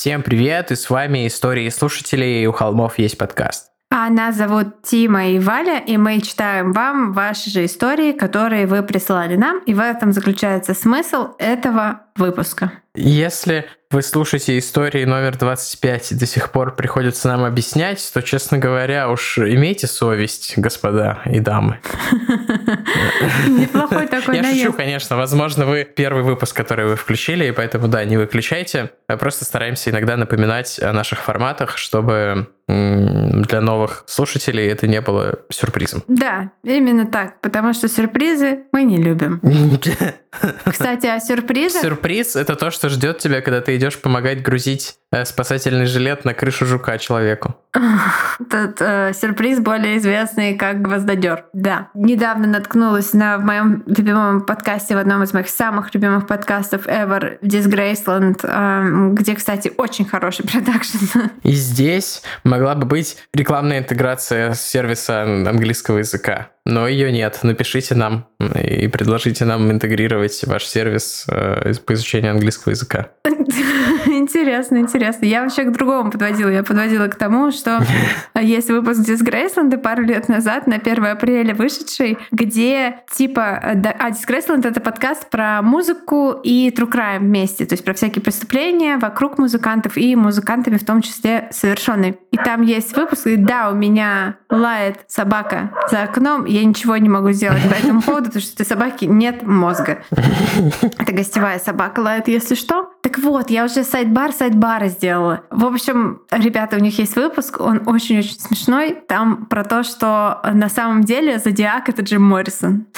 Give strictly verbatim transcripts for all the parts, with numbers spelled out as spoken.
Всем привет, и с вами «Истории слушателей», «У холмов есть подкаст». А нас зовут Тима и Валя, и мы читаем вам ваши же истории, которые вы присылали нам, и в этом заключается смысл этого выпуска. Если вы слушаете истории номер двадцать пять и до сих пор приходится нам объяснять, то, честно говоря, уж имейте совесть, господа и дамы. Неплохой такой наезд. Я шучу, конечно. Возможно, вы первый выпуск, который вы включили, и поэтому, да, не выключайте. Просто стараемся иногда напоминать о наших форматах, чтобы для новых слушателей это не было сюрпризом. Да, именно так, потому что сюрпризы мы не любим. Кстати, о сюрпризах... Сюрприз — это то, что ждет тебя, когда ты идешь помогать грузить спасательный жилет на крышу жука человеку. Этот э, сюрприз более известный как гвоздодер. Да. Недавно наткнулась на в моем любимом подкасте, в одном из моих самых любимых подкастов ever, Disgraceland, э, где, кстати, очень хороший продакшн. И здесь могла бы быть рекламная интеграция с сервиса английского языка. Но ее нет. Напишите нам и предложите нам интегрировать ваш сервис э, по изучению английского языка. Интересно, интересно. Я вообще к другому подводила. Я подводила к тому, что есть выпуск Disgraceland пару лет назад, на первое апреля вышедший, где типа... А Disgraceland — это подкаст про музыку и true crime вместе, то есть про всякие преступления вокруг музыкантов и музыкантами в том числе совершенные. И там есть выпуск, и да, у меня лает собака за окном, я ничего не могу сделать по этому поводу, потому что у этой собаки нет мозга. Это гостевая собака лает, если что. Так вот, я уже сайдбар сайдбара сделала. В общем, ребята, у них есть выпуск, он очень-очень смешной. Там про то, что на самом деле Зодиак — это Джим Моррисон.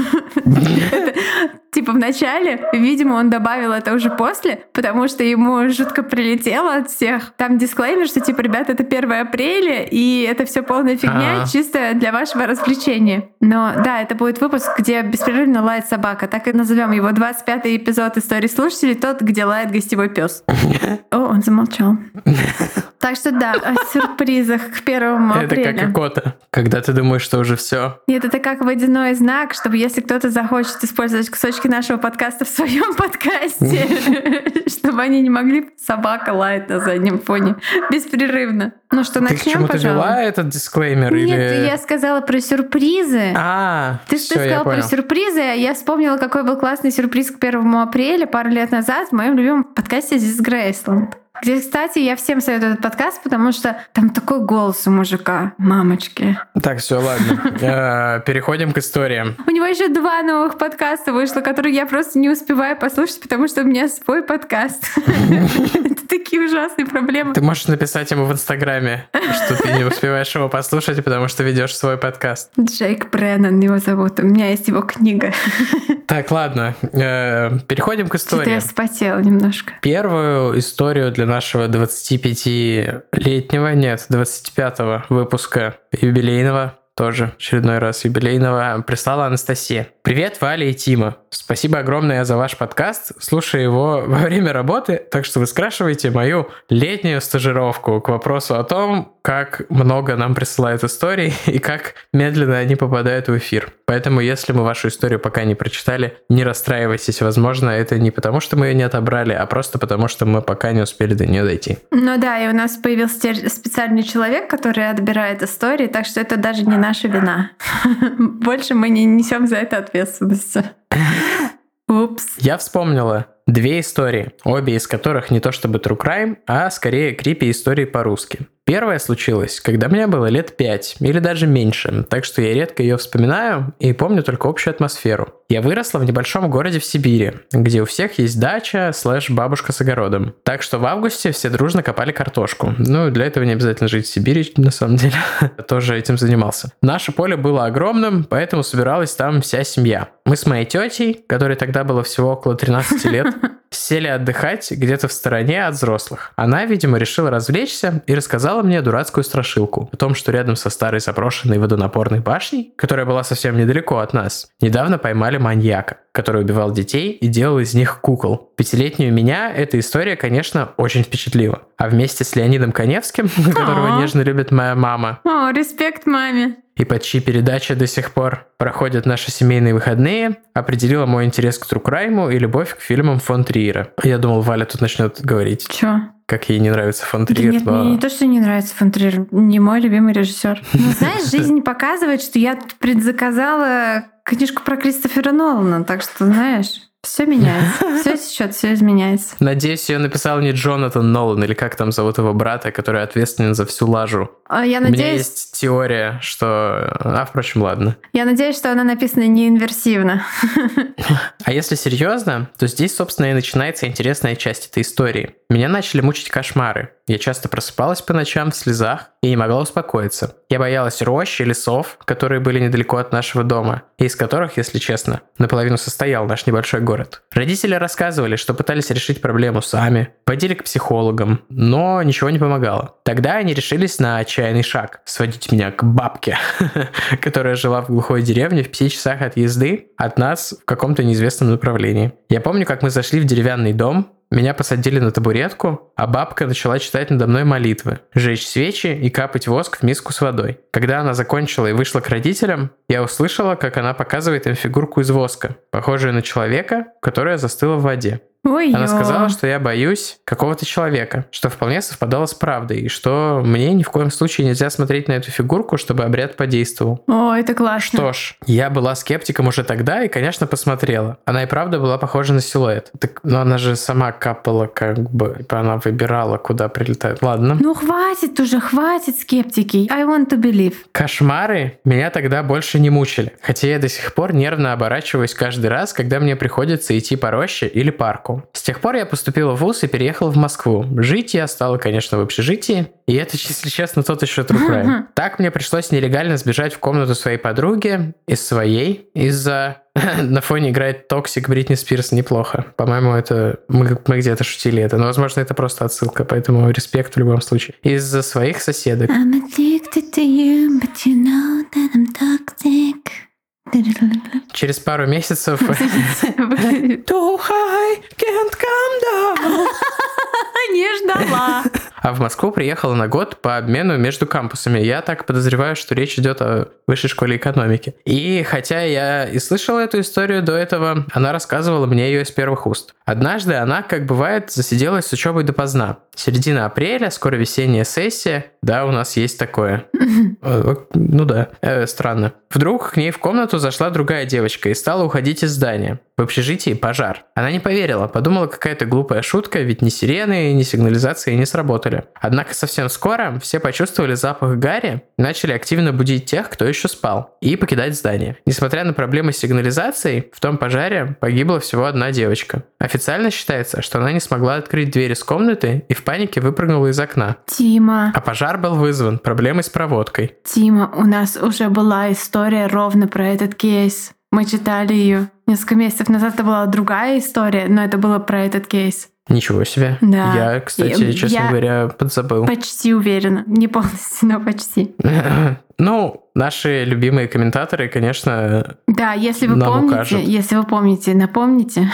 Типа в начале, видимо, он добавил это уже после, потому что ему жутко прилетело от всех. Там дисклеймер, что типа, ребята, это первое апреля, и это все полная фигня, А-а-а. чисто для вашего развлечения. Но да, это будет выпуск, где беспрерывно лает собака. Так и назовем его двадцать пятый эпизод истории слушателей, тот, где лает гостевой пес. О, он замолчал. Так что да, о сюрпризах к первому апреля. Это как икота, когда ты думаешь, что уже все. Нет, это как водяной знак, чтобы если кто-то захочет использовать кусочки нашего подкаста в своем подкасте, чтобы они не могли собака лает на заднем фоне беспрерывно. Ну что, начнем, пожалуйста. Ты к чему-то вела этот дисклеймер? Нет, я сказала про сюрпризы. А, Ты что сказала про сюрпризы, а я вспомнила, какой был классный сюрприз к первому апреля пару лет назад в моем любимом подкасте Disgraceland. Где, кстати, я всем советую этот подкаст, потому что там такой голос у мужика, мамочки. Так, все, ладно. Переходим к историям. У него еще два новых подкаста вышло, которые я просто не успеваю послушать, потому что у меня свой подкаст. Это такие ужасные проблемы. Ты можешь написать ему в Инстаграме, что ты не успеваешь его послушать, потому что ведешь свой подкаст. Джейк Бреннан его зовут. У меня есть его книга. Так, ладно. Переходим к истории. Я вспотела немножко. Первую историю для нашего двадцатипятилетнего, нет, двадцать пятого выпуска юбилейного, тоже очередной раз юбилейного, прислала Анастасия. Привет, Валя и Тима. Спасибо огромное за ваш подкаст. Слушаю его во время работы, так что вы скрашиваете мою летнюю стажировку к вопросу о том, как много нам присылают историй и как медленно они попадают в эфир. Поэтому, если мы вашу историю пока не прочитали, не расстраивайтесь. Возможно, это не потому, что мы ее не отобрали, а просто потому, что мы пока не успели до нее дойти. Ну да, и у нас появился специальный человек, который отбирает истории, так что это даже не наша вина. Больше мы не несем за это ответственности. Упс. Я вспомнила две истории, обе из которых не то чтобы true crime, а скорее крипи истории по-русски. Первая случилась, когда мне было лет пять или даже меньше, так что я редко ее вспоминаю и помню только общую атмосферу. Я выросла в небольшом городе в Сибири, где у всех есть дача слэш бабушка с огородом. Так что в августе все дружно копали картошку. Ну, для этого не обязательно жить в Сибири, на самом деле. Тоже этим занимался. Наше поле было огромным, поэтому собиралась там вся семья. Мы с моей тетей, которой тогда было всего около тринадцати лет, сели отдыхать где-то в стороне от взрослых. Она, видимо, решила развлечься и рассказала мне дурацкую страшилку о том, что рядом со старой заброшенной водонапорной башней, которая была совсем недалеко от нас, недавно поймали маньяка, который убивал детей и делал из них кукол. Пятилетнюю меня эта история, конечно, очень впечатлила. А вместе с Леонидом Каневским, которого нежно любит моя мама. О, респект маме. и под чьи передачи до сих пор проходят наши семейные выходные, определила мой интерес к True Crime и любовь к фильмам фон Триера. Я думал, Валя тут начнет говорить. Чё? Как ей не нравится фон Да Триер. нет, но... мне не то, что не нравится фон Триер, не мой любимый режиссер. Ну, знаешь, жизнь показывает, что я тут предзаказала книжку про Кристофера Нолана, так что, знаешь... Все меняется. Все течет, все изменяется. Надеюсь, ее написал не Джонатан Нолан, или как там зовут его брата, который ответственен за всю лажу. А я надеюсь... У меня надеюсь... есть теория, что... А, впрочем, ладно. Я надеюсь, что она написана не инверсивно. А если серьезно, то здесь, собственно, и начинается интересная часть этой истории. Меня начали мучить кошмары. Я часто просыпалась по ночам в слезах и не могла успокоиться. Я боялась рощ и лесов, которые были недалеко от нашего дома, и из которых, если честно, наполовину состоял наш небольшой город. Родители рассказывали, что пытались решить проблему сами, ходили к психологам, но ничего не помогало. Тогда они решились на отчаянный шаг – сводить меня к бабке, которая жила в глухой деревне в пяти часах от езды от нас в каком-то неизвестном направлении. Я помню, как мы зашли в деревянный дом, меня посадили на табуретку, а бабка начала читать надо мной молитвы, жечь свечи и капать воск в миску с водой. Когда она закончила и вышла к родителям, я услышала, как она показывает им фигурку из воска, похожую на человека, которая застыла в воде. Ой-ё. Она сказала, что я боюсь какого-то человека, что вполне совпадало с правдой, и что мне ни в коем случае нельзя смотреть на эту фигурку, чтобы обряд подействовал. О, это классно. Что ж, я была скептиком уже тогда и, конечно, посмотрела. Она и правда была похожа на силуэт. Так, но она же сама капала, как бы, она выбирала, куда прилетает. Ладно. Ну хватит уже, хватит скептики. I want to believe. Кошмары меня тогда больше не мучили, хотя я до сих пор нервно оборачиваюсь каждый раз, когда мне приходится идти по роще или парку. С тех пор я поступила в вуз и переехала в Москву. Жить я стала, конечно, в общежитии, и это, если честно, тот еще true crime. Так мне пришлось нелегально сбежать в комнату своей подруги, из своей, из-за... На фоне играет Toxic Бритни Спирс, неплохо. По-моему, это мы, мы где-то шутили это, но, возможно, это просто отсылка, поэтому респект в любом случае. Из-за своих соседок. I'm addicted to you, but you know that I'm toxic. Через пару месяцев... Too high, can't come down. Не ждала. А в Москву приехала на год по обмену между кампусами. Я так подозреваю, что речь идет о высшей школе экономики. И хотя я и слышала эту историю до этого, она рассказывала мне ее из первых уст. Однажды она, как бывает, засиделась с учебой допоздна. Середина апреля, скоро весенняя сессия. Да, у нас есть такое. Ну да, странно. Вдруг к ней в комнату зашла другая девочка и стала уходить из здания. В общежитии пожар. Она не поверила, подумала, какая-то глупая шутка, ведь ни сирены, ни сигнализации не сработали. Однако совсем скоро все почувствовали запах гари и начали активно будить тех, кто еще спал, и покидать здание. Несмотря на проблемы с сигнализацией, в том пожаре погибла всего одна девочка. Официально считается, что она не смогла открыть дверь из комнаты и в панике выпрыгнула из окна. Тима. А пожар был вызван проблемой с проводкой. Тима, у нас уже была история ровно про этот кейс. Мы читали ее несколько месяцев назад. Это была другая история, но это было про этот кейс. Ничего себе. Да. Я, кстати, Я честно говоря, подзабыл. Почти уверена. Не полностью, но почти. Ну, наши любимые комментаторы, конечно, да, если вы нам помните, укажут. Если вы помните, напомните.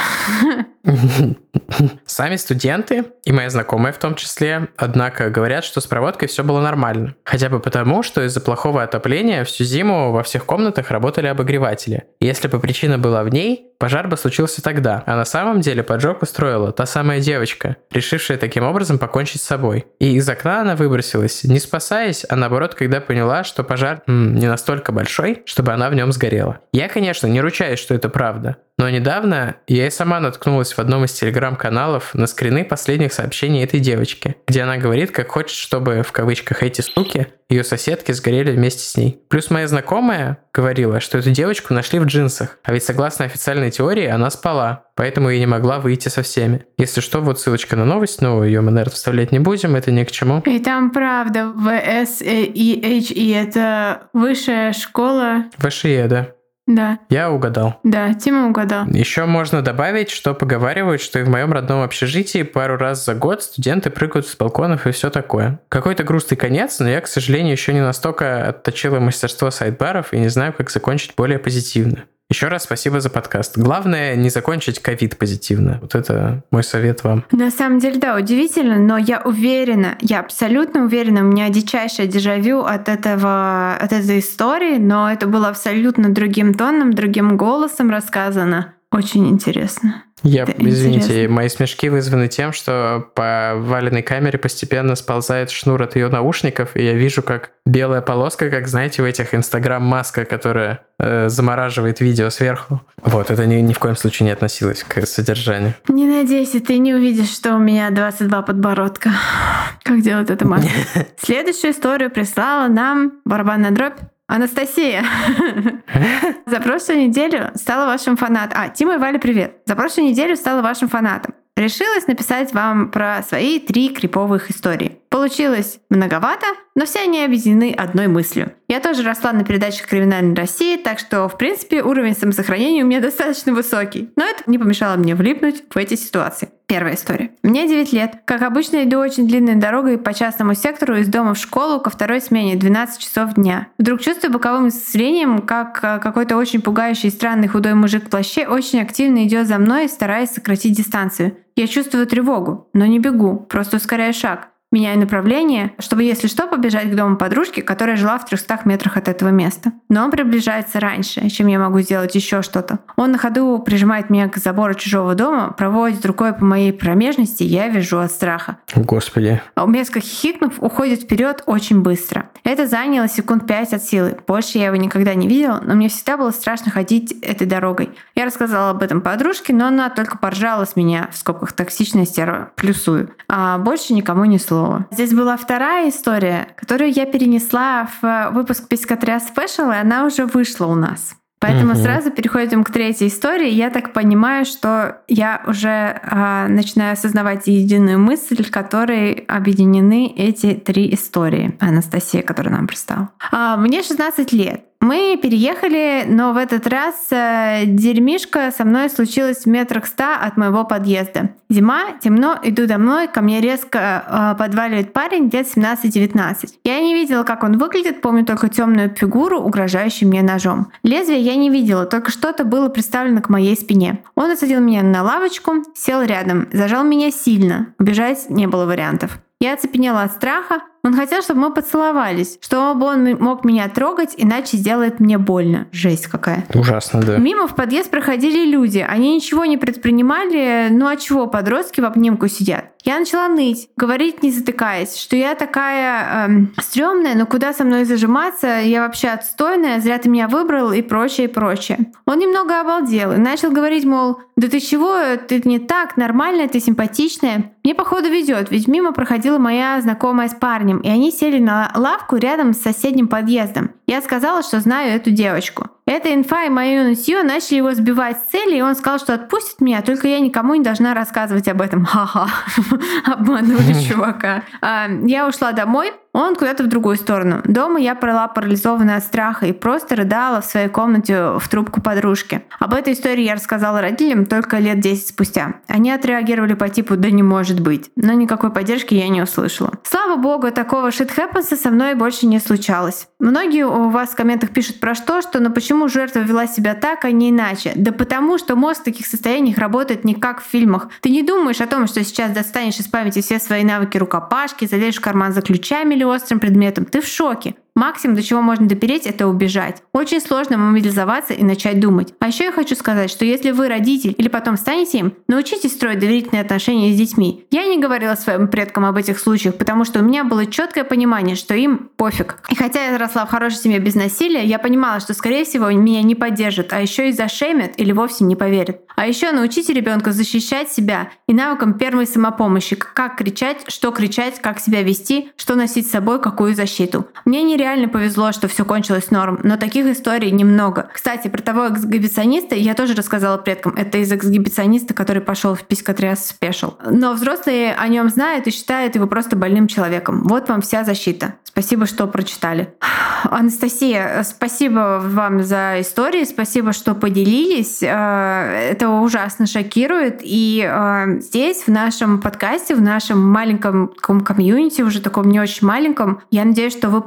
Сами студенты, и моя знакомая в том числе, однако говорят, что с проводкой все было нормально. Хотя бы потому, что из-за плохого отопления всю зиму во всех комнатах работали обогреватели. И если бы причина была в ней, пожар бы случился тогда. А на самом деле поджог устроила та самая девочка, решившая таким образом покончить с собой. И из окна она выбросилась, не спасаясь, а наоборот, когда поняла, что пожар м, не настолько большой, чтобы она в нем сгорела. Я, конечно, не ручаюсь, что это правда. Но недавно я и сама наткнулась в одном из телеграм-каналов на скрины последних сообщений этой девочки, где она говорит, как хочет, чтобы, в кавычках, эти суки, ее соседки сгорели вместе с ней. Плюс моя знакомая говорила, что эту девочку нашли в джинсах, а ведь согласно официальной теории она спала, поэтому и не могла выйти со всеми. Если что, вот ссылочка на новость, но ее мы, наверное, вставлять не будем, это ни к чему. И там правда, вэ эс и эйч и это высшая школа. ВШЕ, да. Да. Я угадал. Да, Тима угадал. Еще можно добавить, что поговаривают, что и в моем родном общежитии пару раз за год студенты прыгают с балконов и все такое. Какой-то грустный конец, но я, к сожалению, еще не настолько отточила мастерство сайт-баров и не знаю, как закончить более позитивно. Еще раз спасибо за подкаст. Главное не закончить ковид позитивно. Вот это мой совет вам. На самом деле, да, удивительно, но я уверена, я абсолютно уверена, у меня дичайшее дежавю от этого, от этой истории, но это было абсолютно другим тоном, другим голосом рассказано. Очень интересно. Я, Это извините, интересно. мои смешки вызваны тем, что по Валиной камере постепенно сползает шнур от ее наушников, и я вижу, как белая полоска, как, знаете, в этих инстаграм-масках, которая э, замораживает видео сверху. Вот, это ни, ни в коем случае не относилось к содержанию. Не надейся, ты не увидишь, что у меня двадцать два подбородка. Как делает эта маска? Следующую историю прислала нам барабанная дробь Анастасия. За прошлую неделю стала вашим фанатом. А, Тима и Валя, привет. За прошлую неделю стала вашим фанатом. Решилась написать вам про свои три криповых истории. Получилось многовато, но все они объединены одной мыслью. Я тоже росла на передачах «Криминальной России», так что, в принципе, уровень самосохранения у меня достаточно высокий. Но это не помешало мне влипнуть в эти ситуации. Первая история. Мне девять лет. Как обычно, иду очень длинной дорогой по частному сектору из дома в школу ко второй смене, двенадцать часов дня. Вдруг чувствую боковым зрением, как какой-то очень пугающий и странный худой мужик в плаще очень активно идет за мной, стараясь сократить дистанцию. Я чувствую тревогу, но не бегу, просто ускоряю шаг. Меняю направление, чтобы, если что, побежать к дому подружки, которая жила в трехстах метрах от этого места. Но он приближается раньше, чем я могу сделать еще что-то. Он на ходу прижимает меня к забору чужого дома, проводит рукой по моей промежности, я вижу от страха. Господи. Мерзко хихикнув, уходит вперед очень быстро. Это заняло секунд пять от силы. Больше я его никогда не видела, но мне всегда было страшно ходить этой дорогой. Я рассказала об этом подружке, но она только поржала с меня, в скобках токсичная стерва, плюсую. А больше никому ни слова. Здесь была вторая история, которую я перенесла в выпуск «Писькотря Спешл», и она уже вышла у нас. Поэтому угу. сразу переходим к третьей истории. Я так понимаю, что я уже э, начинаю осознавать единую мысль, в которой объединены эти три истории. Анастасия, которая нам представила. А, мне шестнадцать лет. Мы переехали, но в этот раз э, дерьмишко со мной случилось в метрах ста от моего подъезда. Зима, темно, иду домой, ко мне резко э, подваливает парень лет семнадцать-девятнадцать. Я не видела, как он выглядит, помню только темную фигуру, угрожающую мне ножом. Лезвие я не видела, только что-то было приставлено к моей спине. Он осадил меня на лавочку, сел рядом, зажал меня сильно. Убежать не было вариантов. Я оцепенела от страха. Он хотел, чтобы мы поцеловались, чтобы он мог меня трогать, иначе сделает мне больно. Жесть какая. Ужасно, да. Мимо в подъезд проходили люди. Они ничего не предпринимали. Ну а чего, подростки в обнимку сидят? Я начала ныть, говорить не затыкаясь, что я такая эм, стрёмная, но куда со мной зажиматься, я вообще отстойная, зря ты меня выбрал и прочее, и прочее. Он немного обалдел и начал говорить, мол, да ты чего, ты не так, нормальная, ты симпатичная. Мне походу везет, ведь мимо проходила моя знакомая с парнем, и они сели на лавку рядом с соседним подъездом. Я сказала, что знаю эту девочку. Эта инфа и мое нытье начали его сбивать с цели, и он сказал, что отпустит меня, только я никому не должна рассказывать об этом. Ха-ха, обманули чувака. Я ушла домой, он куда-то в другую сторону. Дома я была парализована от страха и просто рыдала в своей комнате в трубку подружки. Об этой истории я рассказала родителям только лет десять спустя. Они отреагировали по типу «да не может быть», но никакой поддержки я не услышала. Слава богу, такого shit happens со мной больше не случалось. Многие у вас в комментах пишут про что, что «но почему жертва вела себя так, а не иначе?» Да потому что мозг в таких состояниях работает не как в фильмах. Ты не думаешь о том, что сейчас достанешь из памяти все свои навыки рукопашки, залезешь в карман за ключами или острым предметом. Ты в шоке. Максимум, до чего можно допереть, это убежать. Очень сложно мобилизоваться и начать думать. А еще я хочу сказать, что если вы родитель или потом станете им, научитесь строить доверительные отношения с детьми. Я не говорила своим предкам об этих случаях, потому что у меня было четкое понимание, что им пофиг. И хотя я росла в хорошей семье без насилия, я понимала, что, скорее всего, меня не поддержат, а еще и зашемят или вовсе не поверят. А еще научите ребенка защищать себя и навыкам первой самопомощи. Как кричать, что кричать, как себя вести, что носить с собой, какую защиту. Мне не реально повезло, что все кончилось норм, но таких историй немного. Кстати, про того эксгибициониста я тоже рассказала предкам. Это из эксгибициониста, который пошел в Писькотря Спешл. Но взрослые о нем знают и считают его просто больным человеком. Вот вам вся защита. Спасибо, что прочитали. Анастасия, спасибо вам за истории, спасибо, что поделились. Это ужасно шокирует. И здесь, в нашем подкасте, в нашем маленьком комьюнити, уже таком не очень маленьком, я надеюсь, что вы получите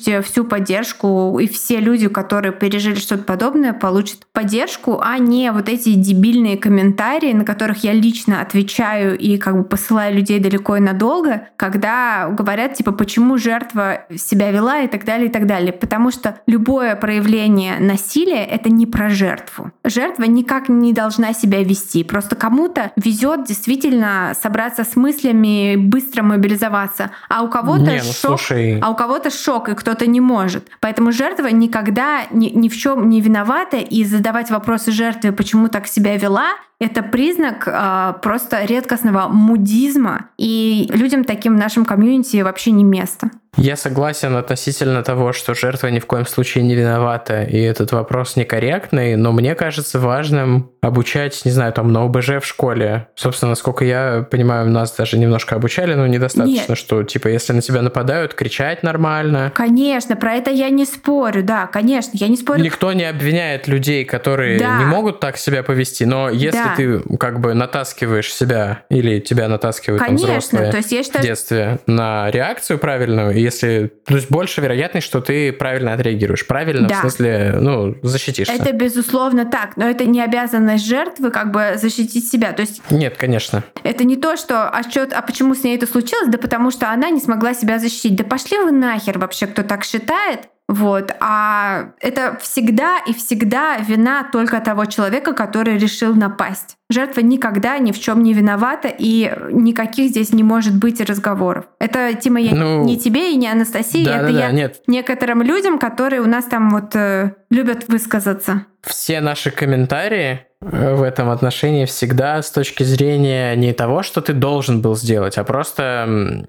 получите всю поддержку, и все люди, которые пережили что-то подобное, получат поддержку, а не вот эти дебильные комментарии, на которых я лично отвечаю и как бы посылаю людей далеко и надолго, когда говорят, типа, почему жертва себя вела и так далее, и так далее. Потому что любое проявление насилия — это не про жертву. Жертва никак не должна себя вести. Просто кому-то везет действительно собраться с мыслями, быстро мобилизоваться, а у кого-то не, ну, шок, слушай... а у кого-то шок, и кто-то не может. Поэтому жертва никогда ни, ни в чем не виновата, и задавать вопросы жертве, почему так себя вела, это признак э, просто редкостного мудизма, и людям таким в нашем комьюнити вообще не место. Я согласен относительно того, что жертва ни в коем случае не виновата, и этот вопрос некорректный, но мне кажется важным обучать, не знаю, там, на ОБЖ в школе. Собственно, насколько я понимаю, нас даже немножко обучали, но недостаточно, Нет. что, типа, если на тебя нападают, кричать нормально. Конечно, про это я не спорю, да, конечно, я не спорю. Никто не обвиняет людей, которые да. не могут так себя повести, но если да. ты, как бы, натаскиваешь себя, или тебя натаскивают там, взрослые то есть я считаю... в детстве на реакцию правильную, если, то есть больше вероятность, что ты правильно отреагируешь. Правильно, да. в смысле, ну, защитишься. Это безусловно так, но это не обязанность жертвы как бы защитить себя. То есть нет, конечно. Это не то, что а, что, а почему с ней это случилось? Да потому что она не смогла себя защитить. Да пошли вы нахер вообще, кто так считает. Вот. А это всегда и всегда вина только того человека, который решил напасть. Жертва никогда ни в чем не виновата, и никаких здесь не может быть разговоров. Это, Тима, я ну, не тебе и не Анастасии, да, это да, я да, нет. некоторым людям, которые у нас там вот э, любят высказаться. Все наши комментарии в этом отношении всегда с точки зрения не того, что ты должен был сделать, а просто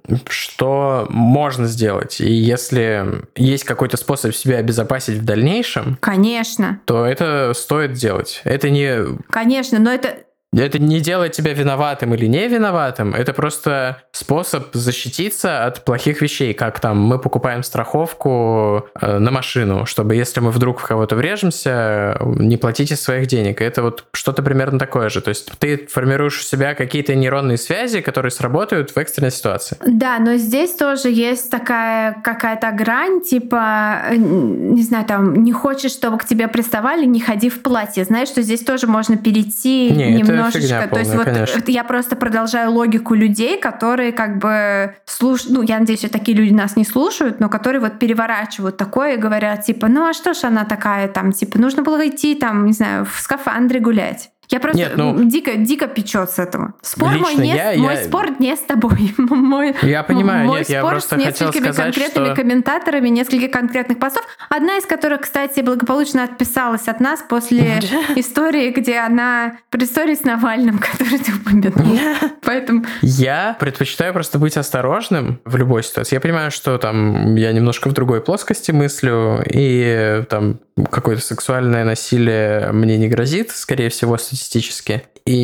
что можно сделать. И если есть какой-то способ себя обезопасить в дальнейшем, конечно, то это стоит делать. Это не... Конечно, но это... Это не делает тебя виноватым или не виноватым, это просто способ защититься от плохих вещей, как там мы покупаем страховку э, на машину, чтобы если мы вдруг в кого-то врежемся, не платить из своих денег. И это вот что-то примерно такое же. То есть ты формируешь у себя какие-то нейронные связи, которые сработают в экстренной ситуации. Да, но здесь тоже есть такая какая-то грань, типа, не знаю, там, не хочешь, чтобы к тебе приставали, не ходи в платье. Знаешь, что здесь тоже можно перейти не, немного Полная, то есть вот конечно. я просто продолжаю логику людей, которые как бы слушают, ну я надеюсь, что такие люди нас не слушают, но которые вот переворачивают такое и говорят типа, ну а что ж она такая там, типа нужно было идти там, не знаю, в скафандре гулять. Я просто Нет, ну, дико, дико печет с этого. Спор мой, не, я, мой я... спор не с тобой. мой, я понимаю, мой нет, спор я просто с несколькими хотел сказать, конкретными что... комментаторами, нескольких конкретных постов. Одна из которых, кстати, благополучно отписалась от нас после истории, где она... При истории с Навальным, которую ты упомянул. Поэтому... Я предпочитаю просто быть осторожным в любой ситуации. Я понимаю, что там я немножко в другой плоскости мыслю, и там какое-то сексуальное насилие мне не грозит, скорее всего, статистически.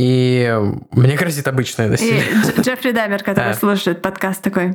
И мне грозит обычное насилие. И Джеффри Даммер, который слушает подкаст такой...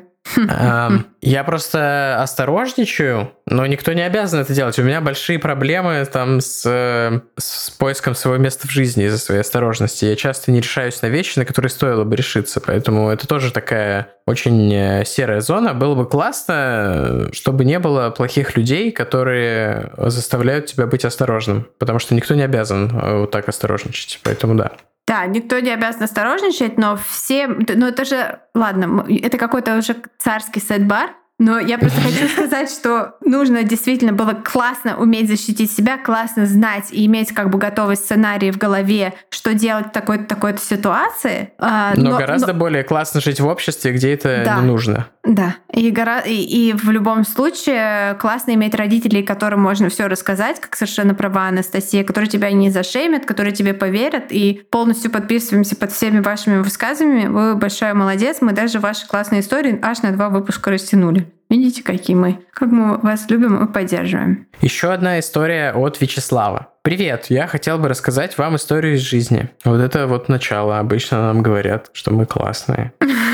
Я просто осторожничаю, но никто не обязан это делать. У меня большие проблемы там с, с поиском своего места в жизни из-за своей осторожности. Я часто не решаюсь на вещи, на которые стоило бы решиться. Поэтому это тоже такая очень серая зона. Было бы классно, чтобы не было плохих людей, которые заставляют тебя быть осторожным. Потому что никто не обязан вот так осторожничать. Поэтому да. Да, никто не обязан осторожничать, но все... Ну это же... Ладно, это какой-то уже царский сайд-бар, но я просто хочу сказать, что нужно действительно было классно уметь защитить себя, классно знать и иметь как бы готовый сценарий в голове, что делать в такой-то такой-то ситуации. Но, но гораздо но... более классно жить в обществе, где это да. не нужно. Да, и, гора... и, и в любом случае классно иметь родителей, которым можно все рассказать, как совершенно права Анастасия, которые тебя не зашеймят, которые тебе поверят, и полностью подписываемся под всеми вашими высказываниями. Вы большой молодец, мы даже ваши классные истории аж на два выпуска растянули. Видите, какие мы. Как мы вас любим и поддерживаем. Еще одна история от Вячеслава. Привет, я хотел бы рассказать вам историю из жизни. Вот это вот начало. Обычно нам говорят, что мы классные.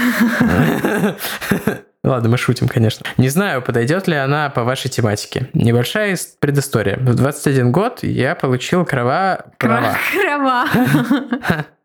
Ладно, мы шутим, конечно. Не знаю, подойдет ли она по вашей тематике. Небольшая предыстория. В двадцать один год я получил крова... Крова. Крова.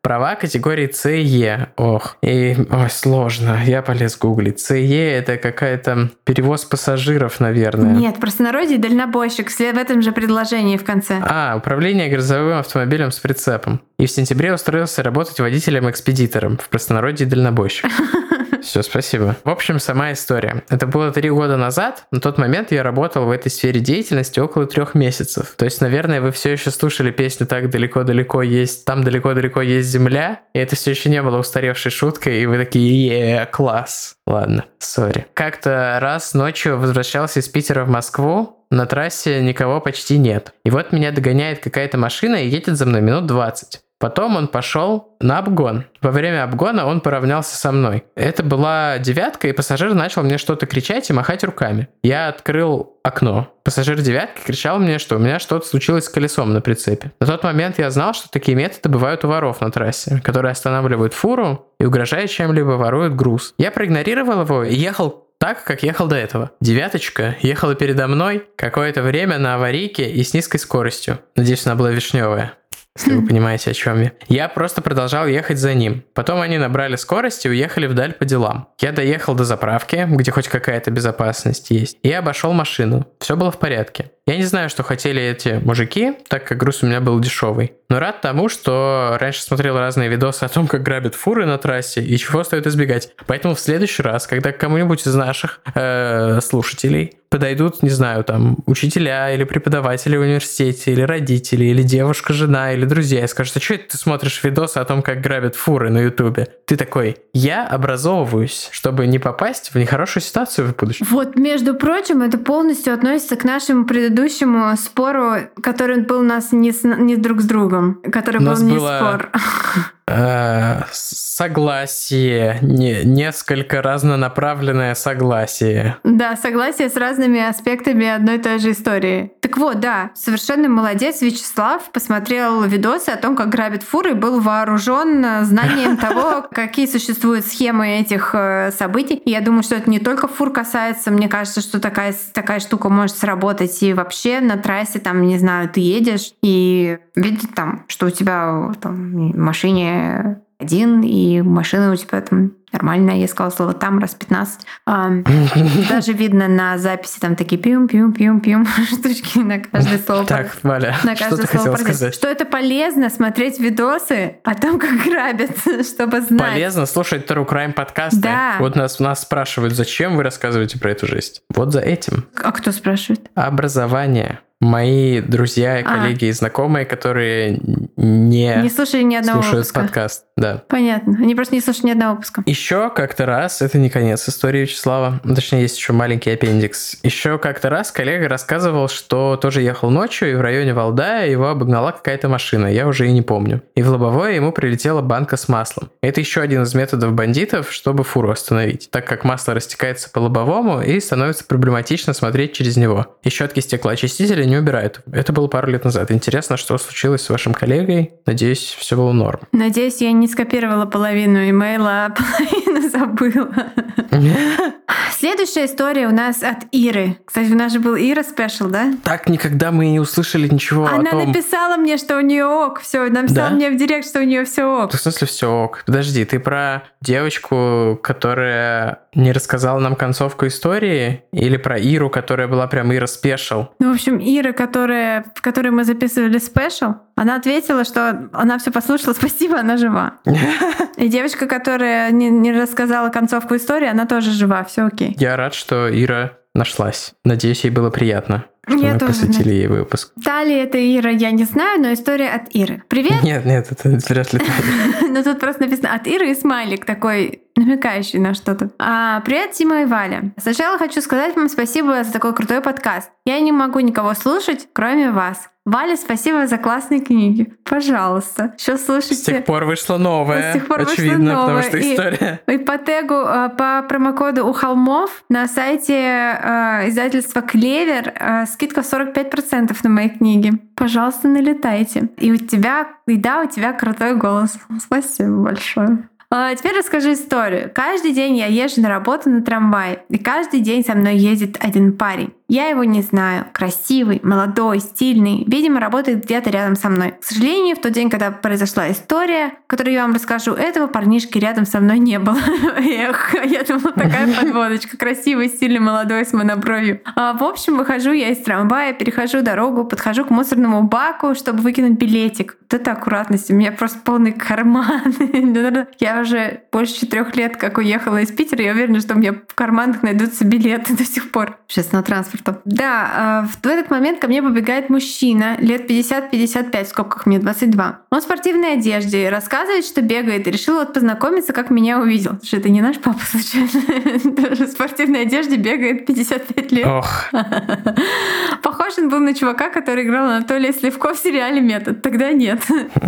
Права категории С и Е. Ох, и ой, сложно. Я полез гуглить. С и Е это какая-то перевоз пассажиров, наверное. Нет, в простонародье дальнобойщик, в этом же предложении в конце. А, управление грузовым автомобилем с прицепом. И в сентябре устроился работать водителем-экспедитором. В простонародье дальнобойщик. Все, спасибо. В общем, сама история. Это было три года назад. На тот момент я работал в этой сфере деятельности около трех месяцев. То есть, наверное, вы все еще слушали песню «Так далеко-далеко есть», «Там далеко-далеко есть земля», и это все еще не было устаревшей шуткой, и вы такие «Е, класс». Ладно, сори. Как-то раз ночью возвращался из Питера в Москву, на трассе никого почти нет. И вот меня догоняет какая-то машина и едет за мной минут двадцать. Потом он пошел на обгон. Во время обгона он поравнялся со мной. Это была девятка, и пассажир начал мне что-то кричать и махать руками. Я открыл окно. Пассажир девятки кричал мне, что у меня что-то случилось с колесом на прицепе. На тот момент я знал, что такие методы бывают у воров на трассе, которые останавливают фуру и, угрожая чем-либо, воруют груз. Я проигнорировал его и ехал так, как ехал до этого. Девяточка ехала передо мной какое-то время на аварийке и с низкой скоростью. Надеюсь, она была вишневая. Если вы понимаете, о чем я. Я просто продолжал ехать за ним. Потом они набрали скорость и уехали вдаль по делам. Я доехал до заправки, где хоть какая-то безопасность есть, и обошел машину. Все было в порядке. Я не знаю, что хотели эти мужики, так как груз у меня был дешевый. Но рад тому, что раньше смотрел разные видосы о том, как грабят фуры на трассе и чего стоит избегать. Поэтому в следующий раз, когда к кому-нибудь из наших э, слушателей подойдут, не знаю, там, учителя или преподаватели в университете, или родители, или девушка, жена, или друзья, и скажут: а что это ты смотришь видосы о том, как грабят фуры на ютубе? Ты такой: я образовываюсь, чтобы не попасть в нехорошую ситуацию в будущем. Вот, между прочим, это полностью относится к нашему предыдущему спору, который был у нас не, с, не друг с другом, который был не было... спор. Согласие, не, несколько разнонаправленное согласие. Да, согласие с разными аспектами одной и той же истории. Так вот, да, совершенно молодец Вячеслав посмотрел видосы о том, как грабят фуры, и был вооружен знанием того, какие существуют схемы этих событий. И я думаю, что это не только фур касается. Мне кажется, что такая, такая штука может сработать и вообще на трассе, там, не знаю, ты едешь и видишь там, что у тебя там, в машине один, и машина у тебя там нормальная, я сказала слово там раз пятнадцать. А, даже видно на записи там такие пиум-пиум-пиум-пиум штучки на каждое слово. Так, Валя, на что ты хотела сказать? Что это полезно смотреть видосы о том, как грабят, чтобы знать. Полезно слушать True Crime подкасты. Да. Вот нас, нас спрашивают, зачем вы рассказываете про эту жесть. Вот за этим. А кто спрашивает? Образование. Мои друзья и коллеги а. и знакомые, которые не, не слушали ни одного слушают выпуска. подкаст. Да. Понятно. Они просто не слушали ни одного выпуска. Еще как-то раз, это не конец истории Вячеслава, точнее, есть еще маленький аппендикс. Еще как-то раз коллега рассказывал, что тоже ехал ночью, и в районе Валдая его обогнала какая-то машина, я уже и не помню. И в лобовое ему прилетела банка с маслом. Это еще один из методов бандитов, чтобы фуру остановить, так как масло растекается по лобовому и становится проблематично смотреть через него. И щетки стеклоочистителя не убирают. Это было пару лет назад. Интересно, что случилось с вашим коллегой. Надеюсь, все было норм. Надеюсь, я не скопировала половину имейла, а половину забыла. Следующая история у нас от Иры. Кстати, у нас же был Ира спешл, да? Так никогда мы и не услышали ничего Она о том... написала мне, что у нее ок, все, написала да? мне в директ, что у нее все ок. В смысле все ок? Подожди, ты про девочку, которая не рассказала нам концовку истории, или про Иру, которая была прям Ира спешл? Ну, в общем, Ира, которая, в которой мы записывали спешл, она ответила, что она все послушала, спасибо, она жива. И девочка, которая не, не рассказала концовку истории, она тоже жива, все окей. Я рад, что Ира нашлась. Надеюсь, ей было приятно, что я мы тоже посвятили знаю. ей выпуск. Та ли это Ира, я не знаю, но история от Иры. Привет! Нет, нет, это вряд ли. Ну тут просто написано от Иры и смайлик такой, намекающий на что-то. А, привет, Тима и Валя. Сначала хочу сказать вам спасибо за такой крутой подкаст. Я не могу никого слушать, кроме вас. Валя, спасибо за классные книги. Пожалуйста. Еще слушайте. С тех пор вышло новое. С тех пор очевидно, вышло новое. Потому что история... И, и по тегу, по промокоду «У холмов» на сайте э, издательства «Клевер» э, скидка сорок пять процентов на мои книги. Пожалуйста, налетайте. И у тебя, и да, у тебя крутой голос. Спасибо большое. А теперь расскажу историю. Каждый день я езжу на работу на трамвае, и каждый день со мной ездит один парень. Я его не знаю. Красивый, молодой, стильный. Видимо, работает где-то рядом со мной. К сожалению, в тот день, когда произошла история, которую я вам расскажу, этого парнишки рядом со мной не было. Эх, я думала, такая подводочка. Красивый, стильный, молодой, с монобровью. А, в общем, выхожу я из трамвая, перехожу дорогу, подхожу к мусорному баку, чтобы выкинуть билетик. Вот это аккуратность. У меня просто полный карман. Я уже больше четырех лет, как уехала из Питера, я уверена, что у меня в карманах найдутся билеты до сих пор общественного транспорта. Да, в этот момент ко мне побегает мужчина лет пятьдесят пятьдесят пять, в скобках мне двадцать два. Он в спортивной одежде, рассказывает, что бегает, и решил вот познакомиться, как меня увидел. Что это не наш папа, случайно? Тоже в спортивной одежде бегает пятьдесят пять лет. Ох. Похож он был на чувака, который играл Анатолия Сливко в сериале «Метод». Тогда нет.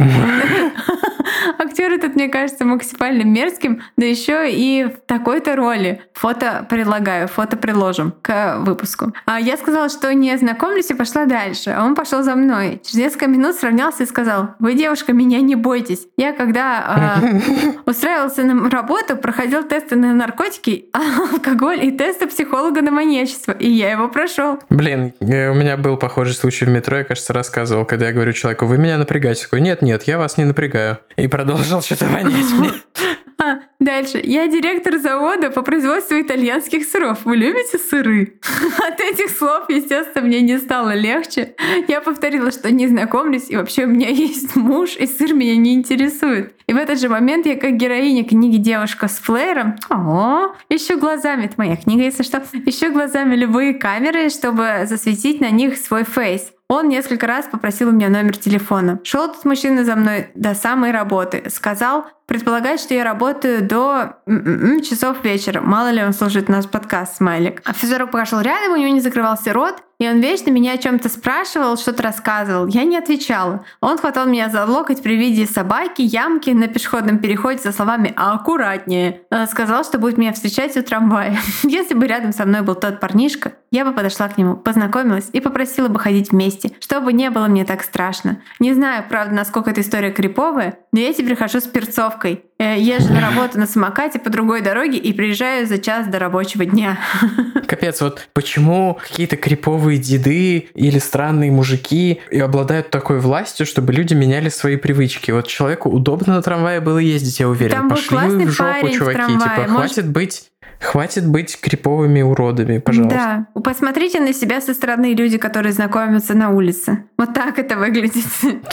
Актер этот, мне кажется, максимально мерзким, да еще и в такой-то роли. Фото прилагаю, фото приложим к выпуску. А я сказала, что не знакомлюсь, и пошла дальше. А он пошел за мной. Через несколько минут сравнялся и сказал: «Вы, девушка, меня не бойтесь. Я когда э, устраивался на работу, проходил тесты на наркотики, алкоголь и тесты психолога на маньячество, и я его прошел». Блин, у меня был похожий случай в метро, я, кажется, рассказывал, когда я говорю человеку: «Вы меня напрягаете». Такой: «Нет, нет, я вас не напрягаю». И продолжил что-то вонять мне. А, дальше. Я директор завода по производству итальянских сыров. Вы любите сыры? От этих слов, естественно, мне не стало легче. Я повторила, что не знакомлюсь, и вообще у меня есть муж, и сыр меня не интересует. И в этот же момент я, как героиня книги «Девушка с флеером», о, ищу глазами, это моя книга, если что, ищу глазами любые камеры, чтобы засветить на них свой фейс. Он несколько раз попросил у меня номер телефона. Шел этот мужчина за мной до самой работы. Сказал, предполагает, что я работаю до м-м-м часов вечера. Мало ли он слушает наш подкаст, смайлик. А физрук пошел рядом, у него не закрывался рот, и он вечно меня о чем-то спрашивал, что-то рассказывал. Я не отвечала. Он хватал меня за локоть при виде собаки, ямки на пешеходном переходе со словами «аккуратнее». Сказал, что будет меня встречать у трамвая. Если бы рядом со мной был тот парнишка, я бы подошла к нему, познакомилась и попросила бы ходить вместе, чтобы не было мне так страшно. Не знаю, правда, насколько эта история криповая, но я теперь хожу с перцовкой. Езжу на работу на самокате по другой дороге и приезжаю за час до рабочего дня. Капец, вот почему какие-то криповые деды или странные мужики и обладают такой властью, чтобы люди меняли свои привычки. Вот человеку удобно на трамвае было ездить, я уверен. Там был Пошли вы в жопу, чуваки. В типа, Может... хватит быть... Хватит быть криповыми уродами, пожалуйста. Да. Посмотрите на себя со стороны, люди, которые знакомятся на улице. Вот так это выглядит.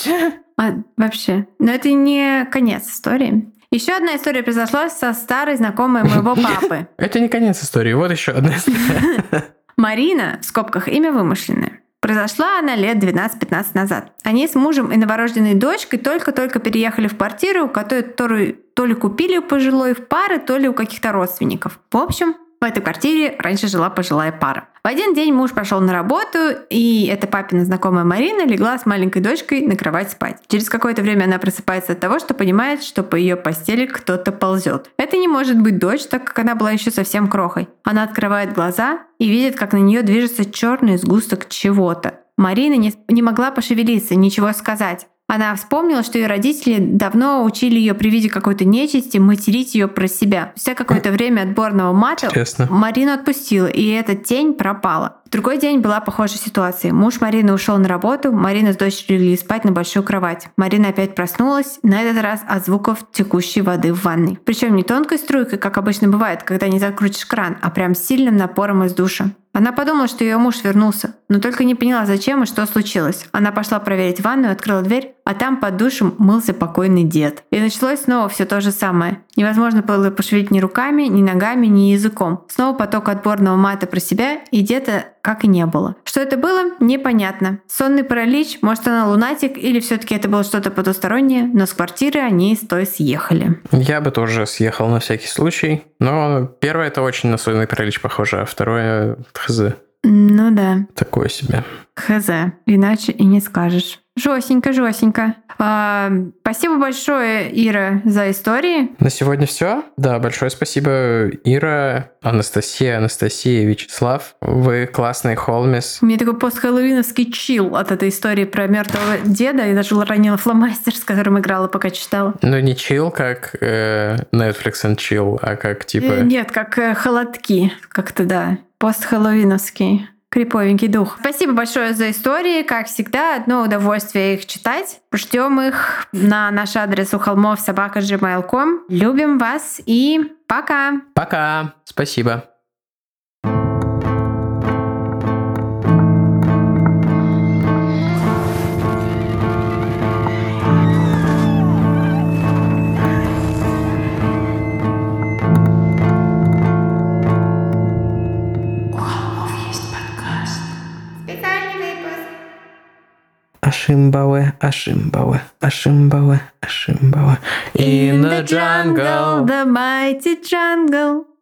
А, вообще. Но это не конец истории. Еще одна история произошла со старой знакомой моего папы. Это не конец истории. Вот еще одна история. Марина, в скобках имя вымышленное. Произошла она лет двенадцать-пятнадцать назад. Они с мужем и новорожденной дочкой только-только переехали в квартиру, которую то ли купили у пожилой пары, то ли у каких-то родственников. В общем, в этой квартире раньше жила пожилая пара. В один день муж пошел на работу, и эта папина знакомая Марина легла с маленькой дочкой на кровать спать. Через какое-то время она просыпается от того, что понимает, что по ее постели кто-то ползет. Это не может быть дочь, так как она была еще совсем крохой. Она открывает глаза и видит, как на нее движется черный сгусток чего-то. Марина не, не могла пошевелиться, ничего сказать. Она вспомнила, что ее родители давно учили ее при виде какой-то нечисти материть ее про себя. Спустя какое-то время отборного мата Интересно. Марину отпустила, и эта тень пропала. В другой день была похожая ситуация. Муж Марины ушел на работу, Марина с дочерью легли спать на большую кровать. Марина опять проснулась, на этот раз от звуков текущей воды в ванной. Причем не тонкой струйкой, как обычно бывает, когда не закрутишь кран, а прям сильным напором из душа. Она подумала, что ее муж вернулся, но только не поняла, зачем и что случилось. Она пошла проверить ванную, открыла дверь, а там под душем мылся покойный дед. И началось снова все то же самое. Невозможно было пошевелить ни руками, ни ногами, ни языком. Снова поток отборного мата про себя, и деда как и не было. Что это было, непонятно. Сонный паралич, может, она лунатик, или все-таки это было что-то потустороннее, но с квартиры они с той съехали. Я бы тоже съехал на всякий случай, но первое это очень на сонный паралич похоже, а второе хз. Ну да. Такое себе. Хз. Иначе и не скажешь. Жёстенько, жёстенько. А, спасибо большое, Ира, за истории. На сегодня все. Да, большое спасибо, Ира, Анастасия, Анастасия, Вячеслав. Вы классные холмис. У меня такой постхэллоуиновский чил от этой истории про мертвого деда. Я даже уронила фломастер, с которым играла, пока читала. Ну, не чил, как э, Netflix and chill, а как типа... Нет, как э, холодки. Как-то, да. Постхэллоуиновский. криповенький дух. Спасибо большое за истории. Как всегда, одно удовольствие их читать. Ждем их на наш адрес у холмов собака джи мейл точка ком. Любим вас и пока! Пока! Спасибо! Ашимбауэ, Ашимбауэ, Ашимбауэ, Ашимбауэ. In the jungle, the mighty jungle.